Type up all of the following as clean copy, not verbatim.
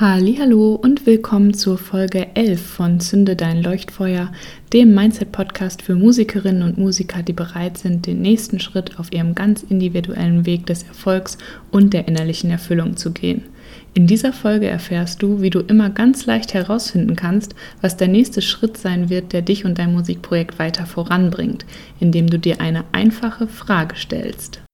Hallihallo und willkommen zur Folge 11 von Zünde dein Leuchtfeuer, dem Mindset-Podcast für Musikerinnen und Musiker, die bereit sind, den nächsten Schritt auf ihrem ganz individuellen Weg des Erfolgs und der innerlichen Erfüllung zu gehen. In dieser Folge erfährst du, wie du immer ganz leicht herausfinden kannst, was der nächste Schritt sein wird, der dich und dein Musikprojekt weiter voranbringt, indem du dir eine einfache Frage stellst.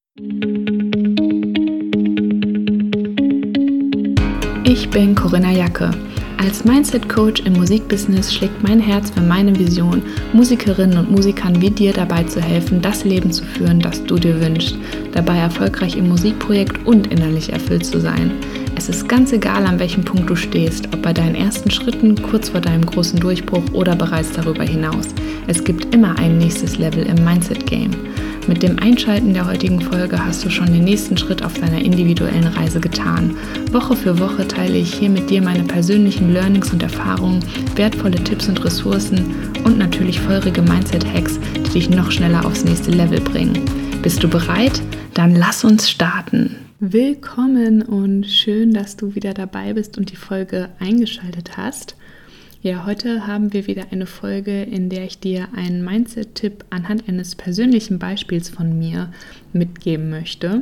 Ich bin Corinna Jacke. Als Mindset-Coach im Musikbusiness schlägt mein Herz für meine Vision, Musikerinnen und Musikern wie dir dabei zu helfen, das Leben zu führen, das du dir wünschst, dabei erfolgreich im Musikprojekt und innerlich erfüllt zu sein. Es ist ganz egal, an welchem Punkt du stehst, ob bei deinen ersten Schritten, kurz vor deinem großen Durchbruch oder bereits darüber hinaus. Es gibt immer ein nächstes Level im Mindset-Game. Mit dem Einschalten der heutigen Folge hast du schon den nächsten Schritt auf deiner individuellen Reise getan. Woche für Woche teile ich hier mit dir meine persönlichen Learnings und Erfahrungen, wertvolle Tipps und Ressourcen und natürlich feurige Mindset-Hacks, die dich noch schneller aufs nächste Level bringen. Bist du bereit? Dann lass uns starten! Willkommen und schön, dass du wieder dabei bist und die Folge eingeschaltet hast. Ja, heute haben wir wieder eine Folge, in der ich dir einen Mindset-Tipp anhand eines persönlichen Beispiels von mir mitgeben möchte.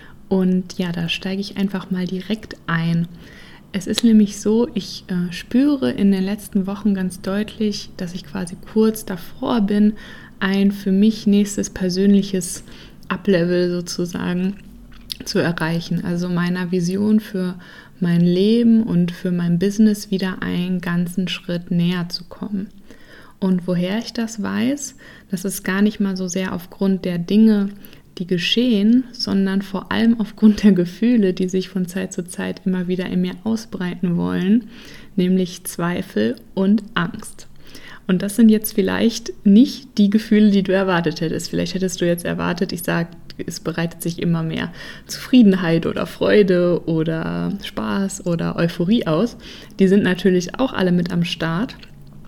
Und ja, da steige ich einfach mal direkt ein. Es ist nämlich so, ich spüre in den letzten Wochen ganz deutlich, dass ich quasi kurz davor bin, ein für mich nächstes persönliches Up-Level sozusagen zu erreichen. Also meiner Vision für mein Leben und für mein Business wieder einen ganzen Schritt näher zu kommen. Und woher ich das weiß, das ist gar nicht mal so sehr aufgrund der Dinge, die geschehen, sondern vor allem aufgrund der Gefühle, die sich von Zeit zu Zeit immer wieder in mir ausbreiten wollen, nämlich Zweifel und Angst. Und das sind jetzt vielleicht nicht die Gefühle, die du erwartet hättest. Vielleicht hättest du jetzt erwartet, ich sage, es bereitet sich immer mehr Zufriedenheit oder Freude oder Spaß oder Euphorie aus. Die sind natürlich auch alle mit am Start.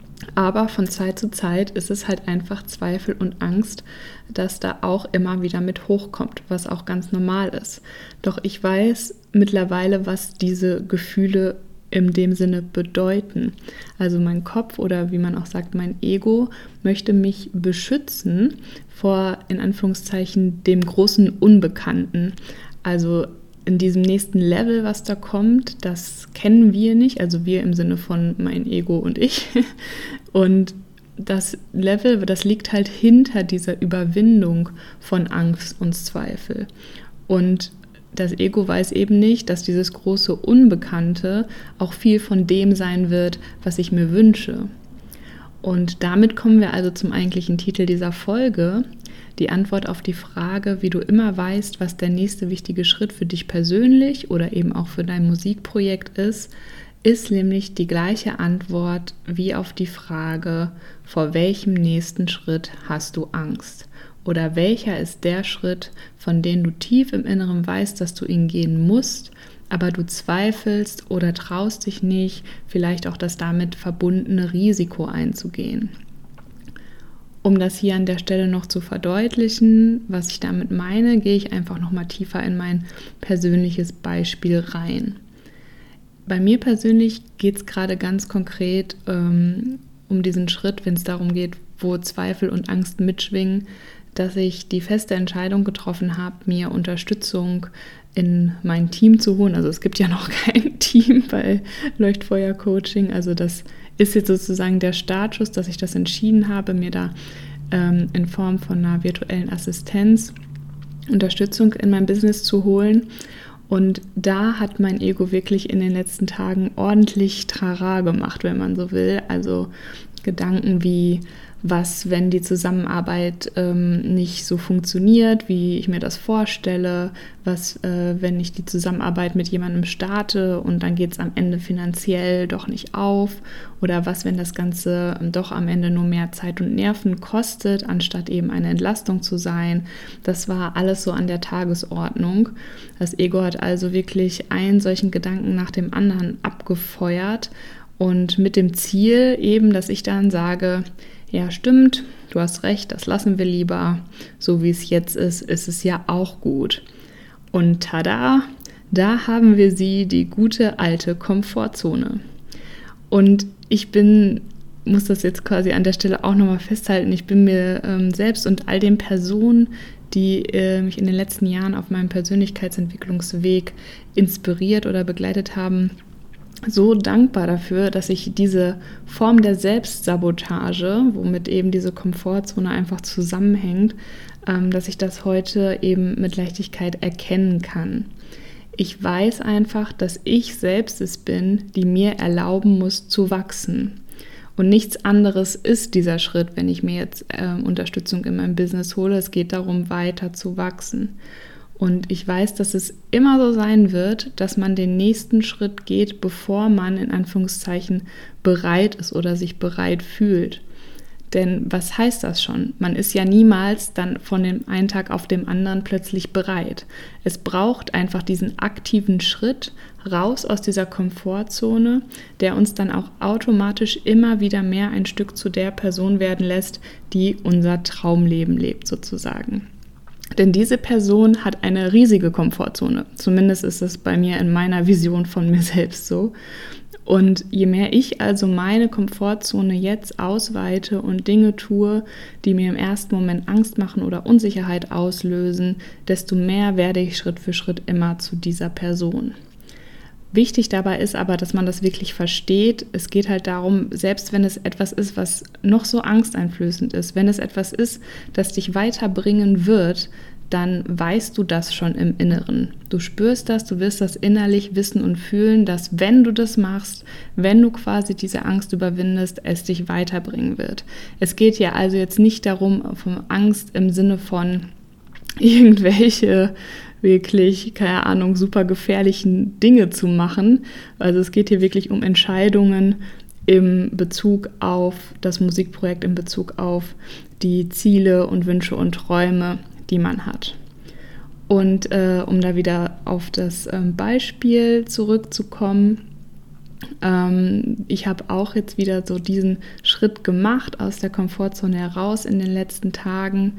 Aber von Zeit zu Zeit ist es halt einfach Zweifel und Angst, dass da auch immer wieder mit hochkommt, was auch ganz normal ist. Doch ich weiß mittlerweile, was diese Gefühle in dem Sinne bedeuten. Also mein Kopf oder wie man auch sagt, mein Ego möchte mich beschützen vor, in Anführungszeichen, dem großen Unbekannten. Also in diesem nächsten Level, was da kommt, das kennen wir nicht, also wir im Sinne von mein Ego und ich. Und das Level, das liegt halt hinter dieser Überwindung von Angst und Zweifel. Und das Ego weiß eben nicht, dass dieses große Unbekannte auch viel von dem sein wird, was ich mir wünsche. Und damit kommen wir also zum eigentlichen Titel dieser Folge, die Antwort auf die Frage, wie du immer weißt, was der nächste wichtige Schritt für dich persönlich oder eben auch für dein Musikprojekt ist nämlich die gleiche Antwort wie auf die Frage, vor welchem nächsten Schritt hast du Angst? Oder welcher ist der Schritt, von dem du tief im Inneren weißt, dass du ihn gehen musst, aber du zweifelst oder traust dich nicht, vielleicht auch das damit verbundene Risiko einzugehen. Um das hier an der Stelle noch zu verdeutlichen, was ich damit meine, gehe ich einfach nochmal tiefer in mein persönliches Beispiel rein. Bei mir persönlich geht es gerade ganz konkret um diesen Schritt, wenn es darum geht, wo Zweifel und Angst mitschwingen, dass ich die feste Entscheidung getroffen habe, mir Unterstützung in mein Team zu holen. Also es gibt ja noch kein Team bei Leuchtfeuer Coaching. Also das ist jetzt sozusagen der Startschuss, dass ich das entschieden habe, mir da in Form von einer virtuellen Assistenz Unterstützung in mein Business zu holen. Und da hat mein Ego wirklich in den letzten Tagen ordentlich Trara gemacht, wenn man so will. Also Gedanken wie, was, wenn die Zusammenarbeit nicht so funktioniert, wie ich mir das vorstelle, was, wenn ich die Zusammenarbeit mit jemandem starte und dann geht es am Ende finanziell doch nicht auf, oder was, wenn das Ganze doch am Ende nur mehr Zeit und Nerven kostet, anstatt eben eine Entlastung zu sein. Das war alles so an der Tagesordnung. Das Ego hat also wirklich einen solchen Gedanken nach dem anderen abgefeuert und mit dem Ziel eben, dass ich dann sage, ja, stimmt, du hast recht, das lassen wir lieber. So wie es jetzt ist, ist es ja auch gut. Und tada, Da haben wir sie, die gute alte Komfortzone. Und ich muss das jetzt quasi an der Stelle auch nochmal festhalten, ich bin mir selbst und all den Personen, die mich in den letzten Jahren auf meinem Persönlichkeitsentwicklungsweg inspiriert oder begleitet haben, so dankbar dafür, dass ich diese Form der Selbstsabotage, womit eben diese Komfortzone einfach zusammenhängt, dass ich das heute eben mit Leichtigkeit erkennen kann. Ich weiß einfach, dass ich selbst es bin, die mir erlauben muss zu wachsen. Und nichts anderes ist dieser Schritt, wenn ich mir jetzt Unterstützung in meinem Business hole. Es geht darum, weiter zu wachsen. Und ich weiß, dass es immer so sein wird, dass man den nächsten Schritt geht, bevor man in Anführungszeichen bereit ist oder sich bereit fühlt. Denn was heißt das schon? Man ist ja niemals dann von dem einen Tag auf den anderen plötzlich bereit. Es braucht einfach diesen aktiven Schritt raus aus dieser Komfortzone, der uns dann auch automatisch immer wieder mehr ein Stück zu der Person werden lässt, die unser Traumleben lebt sozusagen. Denn diese Person hat eine riesige Komfortzone. Zumindest ist es bei mir in meiner Vision von mir selbst so. Und je mehr ich also meine Komfortzone jetzt ausweite und Dinge tue, die mir im ersten Moment Angst machen oder Unsicherheit auslösen, desto mehr werde ich Schritt für Schritt immer zu dieser Person. Wichtig dabei ist aber, dass man das wirklich versteht. Es geht halt darum, selbst wenn es etwas ist, was noch so angsteinflößend ist, wenn es etwas ist, das dich weiterbringen wird, dann weißt du das schon im Inneren. Du spürst das, du wirst das innerlich wissen und fühlen, dass wenn du das machst, wenn du quasi diese Angst überwindest, es dich weiterbringen wird. Es geht ja also jetzt nicht darum, von Angst im Sinne von irgendwelche wirklich, keine Ahnung, super gefährlichen Dinge zu machen. Also es geht hier wirklich um Entscheidungen in Bezug auf das Musikprojekt, in Bezug auf die Ziele und Wünsche und Träume, die man hat. Und um da wieder auf das Beispiel zurückzukommen, ich habe auch jetzt wieder so diesen Schritt gemacht aus der Komfortzone heraus in den letzten Tagen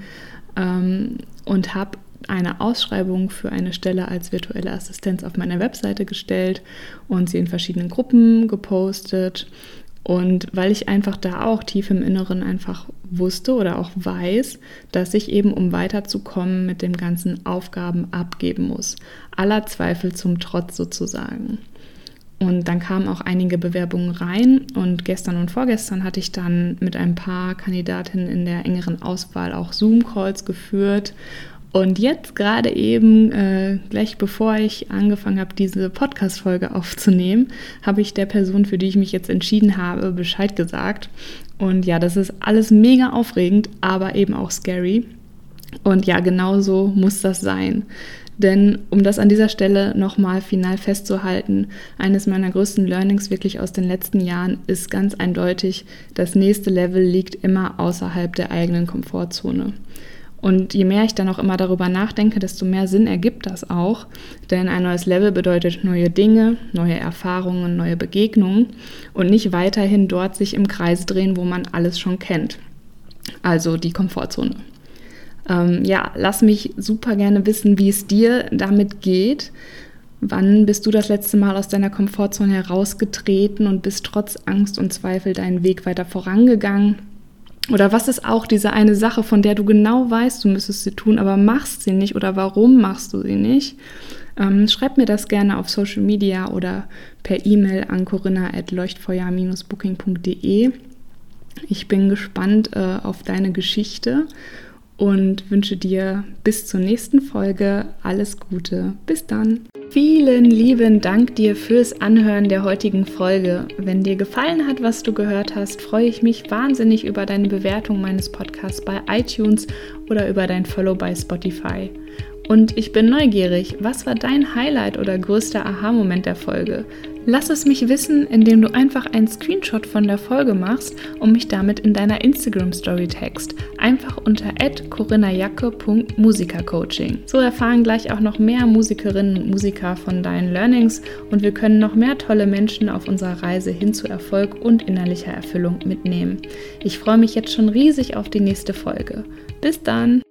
und habe eine Ausschreibung für eine Stelle als virtuelle Assistenz auf meiner Webseite gestellt und sie in verschiedenen Gruppen gepostet. Und weil ich einfach da auch tief im Inneren einfach wusste oder auch weiß, dass ich eben, um weiterzukommen, mit dem ganzen Aufgaben abgeben muss. Aller Zweifel zum Trotz sozusagen. Und dann kamen auch einige Bewerbungen rein und gestern und vorgestern hatte ich dann mit ein paar Kandidatinnen in der engeren Auswahl auch Zoom-Calls geführt. Und jetzt gerade eben, gleich bevor ich angefangen habe, diese Podcast-Folge aufzunehmen, habe ich der Person, für die ich mich jetzt entschieden habe, Bescheid gesagt. Und ja, das ist alles mega aufregend, aber eben auch scary. Und ja, genau so muss das sein. Denn um das an dieser Stelle nochmal final festzuhalten, eines meiner größten Learnings wirklich aus den letzten Jahren ist ganz eindeutig, das nächste Level liegt immer außerhalb der eigenen Komfortzone. Und je mehr ich dann auch immer darüber nachdenke, desto mehr Sinn ergibt das auch. Denn ein neues Level bedeutet neue Dinge, neue Erfahrungen, neue Begegnungen und nicht weiterhin dort sich im Kreis drehen, wo man alles schon kennt. Also die Komfortzone. Lass mich super gerne wissen, wie es dir damit geht. Wann bist du das letzte Mal aus deiner Komfortzone herausgetreten und bist trotz Angst und Zweifel deinen Weg weiter vorangegangen? Oder was ist auch diese eine Sache, von der du genau weißt, du müsstest sie tun, aber machst sie nicht? Oder warum machst du sie nicht? Schreib mir das gerne auf Social Media oder per E-Mail an corinna@leuchtfeuer-booking.de. Ich bin gespannt auf deine Geschichte und wünsche dir bis zur nächsten Folge alles Gute. Bis dann. Vielen lieben Dank dir fürs Anhören der heutigen Folge. Wenn dir gefallen hat, was du gehört hast, freue ich mich wahnsinnig über deine Bewertung meines Podcasts bei iTunes oder über dein Follow bei Spotify. Und ich bin neugierig, was war dein Highlight oder größter Aha-Moment der Folge? Lass es mich wissen, indem du einfach einen Screenshot von der Folge machst und mich damit in deiner Instagram-Story text. Einfach unter @corinnajacke.musikercoaching. So erfahren gleich auch noch mehr Musikerinnen und Musiker von deinen Learnings und wir können noch mehr tolle Menschen auf unserer Reise hin zu Erfolg und innerlicher Erfüllung mitnehmen. Ich freue mich jetzt schon riesig auf die nächste Folge. Bis dann!